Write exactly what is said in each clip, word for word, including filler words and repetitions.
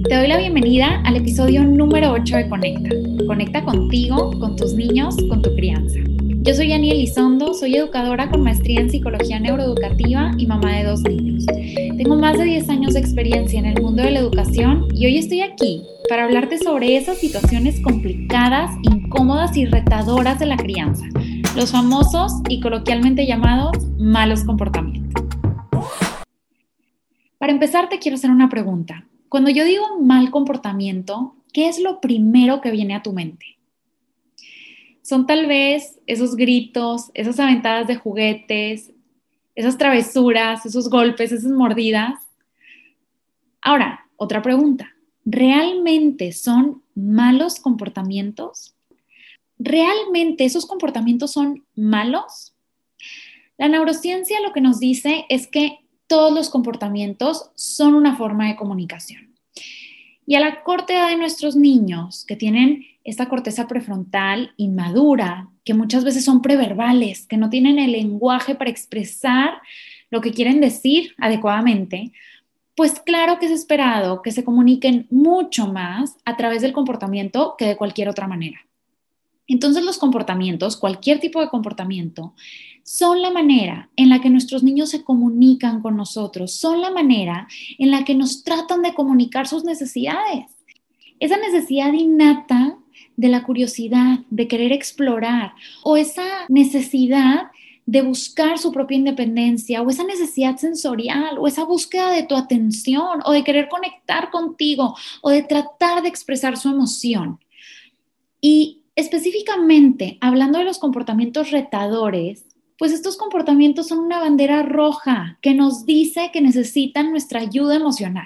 Te doy la bienvenida al episodio número ocho de Conecta. Conecta contigo, con tus niños, con tu crianza. Yo soy Ani Elizondo, soy educadora con maestría en psicología neuroeducativa y mamá de dos niños. Tengo más de diez años de experiencia en el mundo de la educación y hoy estoy aquí para hablarte sobre esas situaciones complicadas, incómodas y retadoras de la crianza, los famosos y coloquialmente llamados malos comportamientos. Para empezar, te quiero hacer una pregunta. Cuando yo digo mal comportamiento, ¿qué es lo primero que viene a tu mente? Son tal vez esos gritos, esas aventadas de juguetes, esas travesuras, esos golpes, esas mordidas. Ahora, otra pregunta. ¿Realmente son malos comportamientos? ¿Realmente esos comportamientos son malos? La neurociencia lo que nos dice es que todos los comportamientos son una forma de comunicación. Y a la corta edad de nuestros niños, que tienen esta corteza prefrontal inmadura, que muchas veces son preverbales, que no tienen el lenguaje para expresar lo que quieren decir adecuadamente, pues claro que es esperado que se comuniquen mucho más a través del comportamiento que de cualquier otra manera. Entonces los comportamientos, cualquier tipo de comportamiento, son la manera en la que nuestros niños se comunican con nosotros, son la manera en la que nos tratan de comunicar sus necesidades. Esa necesidad innata de la curiosidad, de querer explorar, o esa necesidad de buscar su propia independencia, o esa necesidad sensorial, o esa búsqueda de tu atención, o de querer conectar contigo, o de tratar de expresar su emoción. Y específicamente, hablando de los comportamientos retadores, pues estos comportamientos son una bandera roja que nos dice que necesitan nuestra ayuda emocional.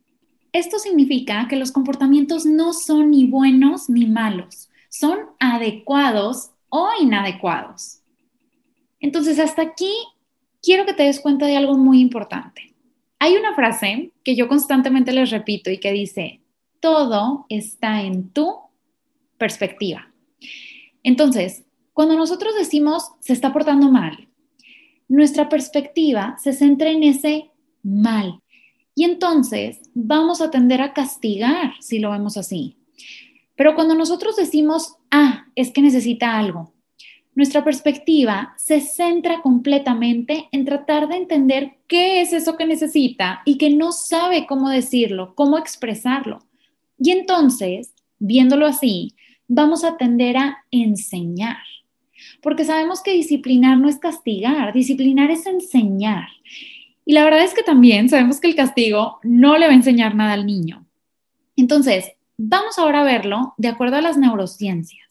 Esto significa que los comportamientos no son ni buenos ni malos, son adecuados o inadecuados. Entonces, hasta aquí quiero que te des cuenta de algo muy importante. Hay una frase que yo constantemente les repito y que dice, todo está en tu perspectiva. Entonces, cuando nosotros decimos se está portando mal, nuestra perspectiva se centra en ese mal. Y entonces vamos a tender a castigar si lo vemos así. Pero cuando nosotros decimos, ah, es que necesita algo, nuestra perspectiva se centra completamente en tratar de entender qué es eso que necesita y que no sabe cómo decirlo, cómo expresarlo. Y entonces, viéndolo así, vamos a tender a enseñar. Porque sabemos que disciplinar no es castigar, disciplinar es enseñar. Y la verdad es que también sabemos que el castigo no le va a enseñar nada al niño. Entonces, vamos ahora a verlo de acuerdo a las neurociencias.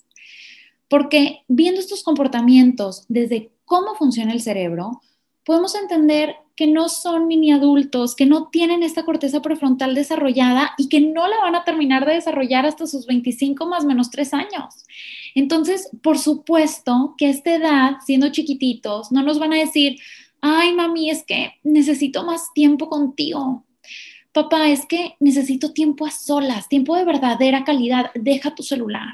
Porque viendo estos comportamientos desde cómo funciona el cerebro, podemos entender que no son mini adultos, que no tienen esta corteza prefrontal desarrollada y que no la van a terminar de desarrollar hasta sus veinticinco más menos tres años. Entonces, por supuesto que a esta edad, siendo chiquititos, no nos van a decir, ay, mami, es que necesito más tiempo contigo. Papá, es que necesito tiempo a solas, tiempo de verdadera calidad, deja tu celular.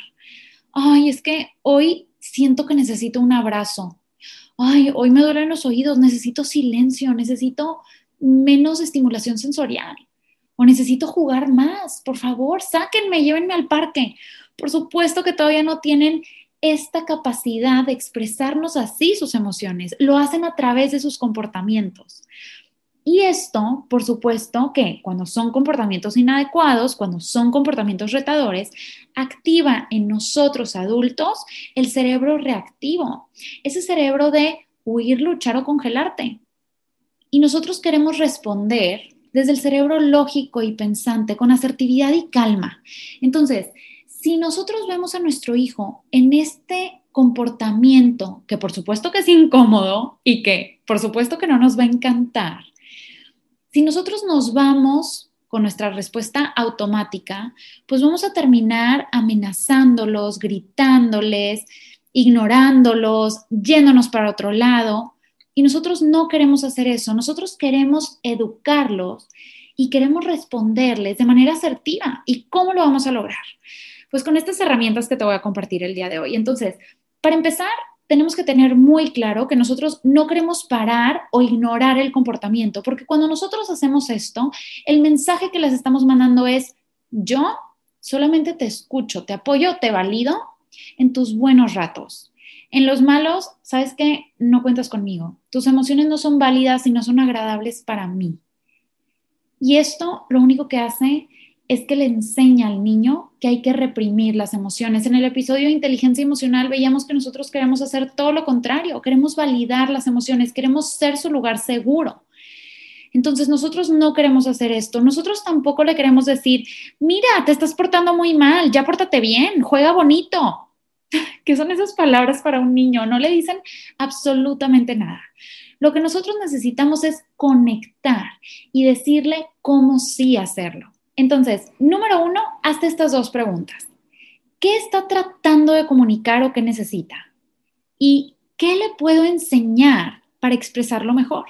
Ay, es que hoy siento que necesito un abrazo. Ay, hoy me duelen los oídos, necesito silencio, necesito menos estimulación sensorial o necesito jugar más. Por favor, sáquenme, llévenme al parque. Por supuesto que todavía no tienen esta capacidad de expresarnos así sus emociones. Lo hacen a través de sus comportamientos. Y esto, por supuesto, que cuando son comportamientos inadecuados, cuando son comportamientos retadores, activa en nosotros adultos el cerebro reactivo, ese cerebro de huir, luchar o congelarte. Y nosotros queremos responder desde el cerebro lógico y pensante, con asertividad y calma. Entonces, si nosotros vemos a nuestro hijo en este comportamiento, que por supuesto que es incómodo y que por supuesto que no nos va a encantar, si nosotros nos vamos con nuestra respuesta automática, pues vamos a terminar amenazándolos, gritándoles, ignorándolos, yéndonos para otro lado. Y nosotros no queremos hacer eso. Nosotros queremos educarlos y queremos responderles de manera asertiva. ¿Y cómo lo vamos a lograr? Pues con estas herramientas que te voy a compartir el día de hoy. Entonces, para empezar, tenemos que tener muy claro que nosotros no queremos parar o ignorar el comportamiento, porque cuando nosotros hacemos esto, el mensaje que les estamos mandando es, Yo solamente te escucho, te apoyo, te valido en tus buenos ratos. En los malos, ¿sabes qué? No cuentas conmigo. Tus emociones no son válidas y no son agradables para mí. Y esto lo único que hace es que le enseña al niño que hay que reprimir las emociones. En el episodio de inteligencia emocional veíamos que nosotros queremos hacer todo lo contrario, queremos validar las emociones, queremos ser su lugar seguro. Entonces nosotros no queremos hacer esto, nosotros tampoco le queremos decir, mira, te estás portando muy mal, ya pórtate bien, juega bonito. ¿Qué son esas palabras para un niño? No le dicen absolutamente nada. Lo que nosotros necesitamos es conectar y decirle cómo sí hacerlo. Entonces, número uno, hazte estas dos preguntas. ¿Qué está tratando de comunicar o qué necesita? ¿Y qué le puedo enseñar para expresarlo mejor?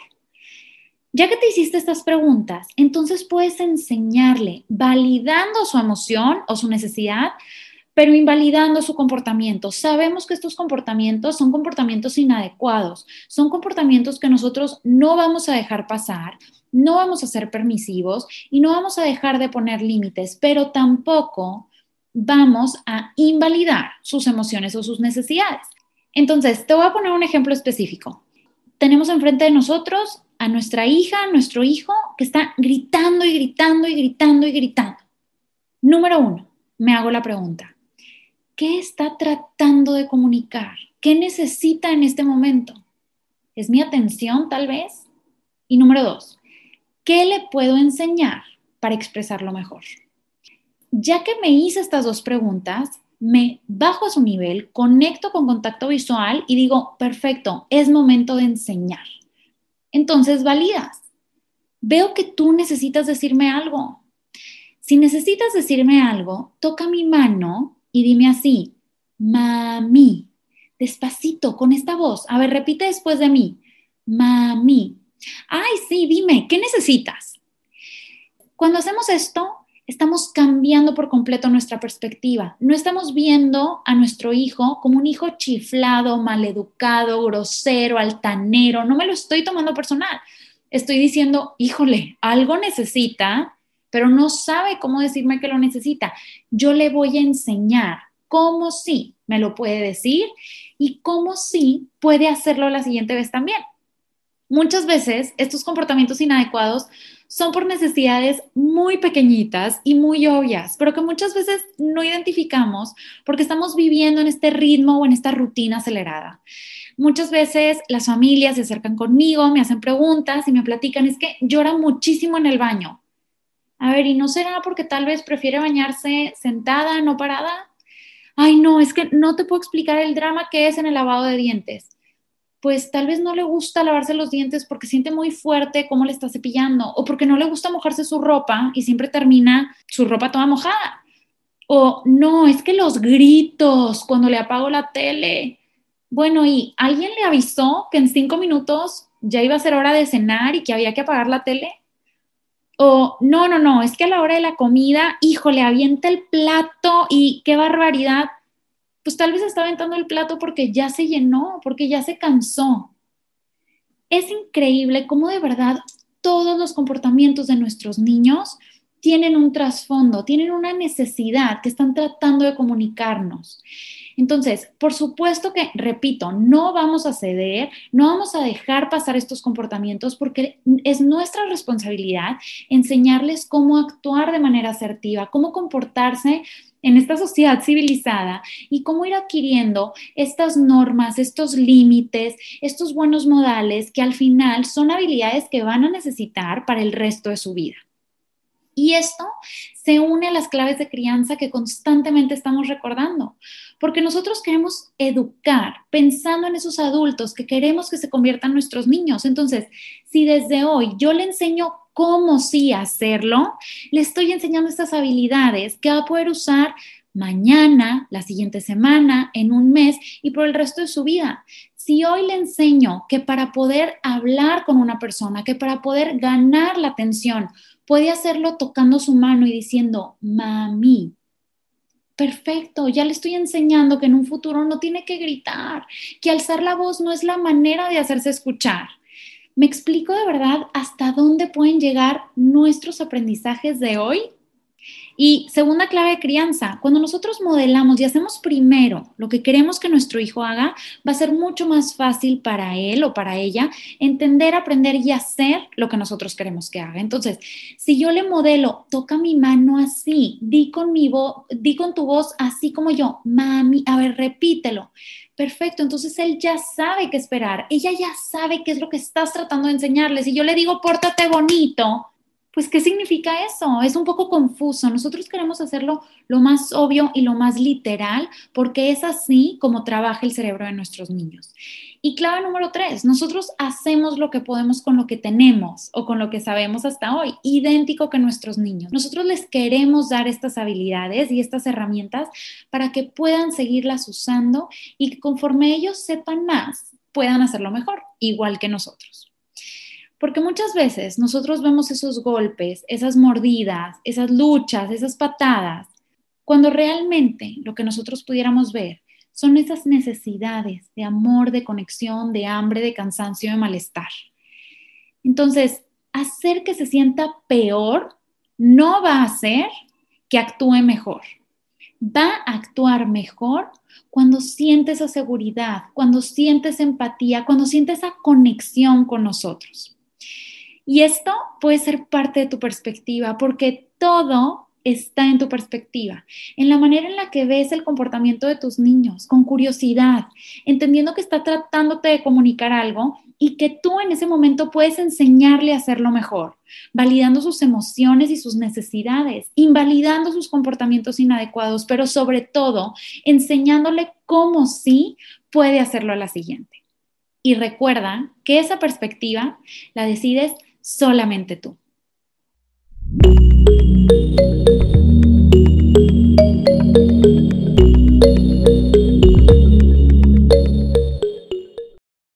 Ya que te hiciste estas preguntas, entonces puedes enseñarle validando su emoción o su necesidad, pero invalidando su comportamiento. Sabemos que estos comportamientos son comportamientos inadecuados, son comportamientos que nosotros no vamos a dejar pasar, no vamos a ser permisivos y no vamos a dejar de poner límites, pero tampoco vamos a invalidar sus emociones o sus necesidades. Entonces, te voy a poner un ejemplo específico. Tenemos enfrente de nosotros a nuestra hija, a nuestro hijo, que está gritando y gritando y gritando y gritando. Número uno, me hago la pregunta. ¿Qué está tratando de comunicar? ¿Qué necesita en este momento? ¿Es mi atención, tal vez? Y número dos, ¿qué le puedo enseñar para expresarlo mejor? Ya que me hice estas dos preguntas, me bajo a su nivel, conecto con contacto visual y digo, perfecto, es momento de enseñar. Entonces validas. Veo que tú necesitas decirme algo. Si necesitas decirme algo, toca mi mano y dime así, mami, despacito, con esta voz. A ver, repite después de mí, mami. Ay, sí, dime, ¿qué necesitas? Cuando hacemos esto, estamos cambiando por completo nuestra perspectiva. No estamos viendo a nuestro hijo como un hijo chiflado, maleducado, grosero, altanero. No me lo estoy tomando personal. Estoy diciendo, híjole, algo necesita, pero no sabe cómo decirme que lo necesita. Yo le voy a enseñar cómo sí me lo puede decir y cómo sí puede hacerlo la siguiente vez también. Muchas veces estos comportamientos inadecuados son por necesidades muy pequeñitas y muy obvias, pero que muchas veces no identificamos porque estamos viviendo en este ritmo o en esta rutina acelerada. Muchas veces las familias se acercan conmigo, me hacen preguntas y me platican, es que llora muchísimo en el baño. A ver, ¿y no será porque tal vez prefiere bañarse sentada, no parada? Ay, no, es que no te puedo explicar el drama que es en el lavado de dientes. Pues tal vez no le gusta lavarse los dientes porque siente muy fuerte cómo le está cepillando o porque no le gusta mojarse su ropa y siempre termina su ropa toda mojada. O no, es que los gritos cuando le apago la tele. Bueno, ¿y alguien le avisó que en cinco minutos ya iba a ser hora de cenar y que había que apagar la tele? O no, no, no, es que a la hora de la comida, híjole, avienta el plato y qué barbaridad. Pues tal vez está aventando el plato porque ya se llenó, porque ya se cansó. Es increíble cómo de verdad todos los comportamientos de nuestros niños tienen un trasfondo, tienen una necesidad que están tratando de comunicarnos. Entonces, por supuesto que, repito, no vamos a ceder, no vamos a dejar pasar estos comportamientos porque es nuestra responsabilidad enseñarles cómo actuar de manera asertiva, cómo comportarse en esta sociedad civilizada y cómo ir adquiriendo estas normas, estos límites, estos buenos modales que al final son habilidades que van a necesitar para el resto de su vida. Y esto se une a las claves de crianza que constantemente estamos recordando, porque nosotros queremos educar pensando en esos adultos que queremos que se conviertan en nuestros niños. Entonces, si desde hoy yo le enseño cómo sí hacerlo, le estoy enseñando estas habilidades que va a poder usar mañana, la siguiente semana, en un mes y por el resto de su vida. Si hoy le enseño que para poder hablar con una persona, que para poder ganar la atención, puede hacerlo tocando su mano y diciendo, mami, perfecto, ya le estoy enseñando que en un futuro no tiene que gritar, que alzar la voz no es la manera de hacerse escuchar. ¿Me explico de verdad hasta dónde pueden llegar nuestros aprendizajes de hoy? Y segunda clave de crianza, cuando nosotros modelamos y hacemos primero lo que queremos que nuestro hijo haga, va a ser mucho más fácil para él o para ella entender, aprender y hacer lo que nosotros queremos que haga. Entonces, si yo le modelo, toca mi mano así, di con mi voz, di con tu voz así como yo, mami, a ver, repítelo. Perfecto, entonces él ya sabe qué esperar, ella ya sabe qué es lo que estás tratando de enseñarle. Si yo le digo, pórtate bonito, pues, ¿qué significa eso? Es un poco confuso. Nosotros queremos hacerlo lo más obvio y lo más literal porque es así como trabaja el cerebro de nuestros niños. Y clave número tres, nosotros hacemos lo que podemos con lo que tenemos o con lo que sabemos hasta hoy, idéntico que nuestros niños. Nosotros les queremos dar estas habilidades y estas herramientas para que puedan seguirlas usando y que conforme ellos sepan más, puedan hacerlo mejor, igual que nosotros. Porque muchas veces nosotros vemos esos golpes, esas mordidas, esas luchas, esas patadas, cuando realmente lo que nosotros pudiéramos ver son esas necesidades de amor, de conexión, de hambre, de cansancio, de malestar. Entonces, hacer que se sienta peor no va a hacer que actúe mejor. Va a actuar mejor cuando siente esa seguridad, cuando siente esa empatía, cuando siente esa conexión con nosotros. Y esto puede ser parte de tu perspectiva porque todo está en tu perspectiva, en la manera en la que ves el comportamiento de tus niños, con curiosidad, entendiendo que está tratándote de comunicar algo y que tú en ese momento puedes enseñarle a hacerlo mejor, validando sus emociones y sus necesidades, invalidando sus comportamientos inadecuados, pero sobre todo enseñándole cómo sí puede hacerlo a la siguiente. Y recuerda que esa perspectiva la decides solamente tú.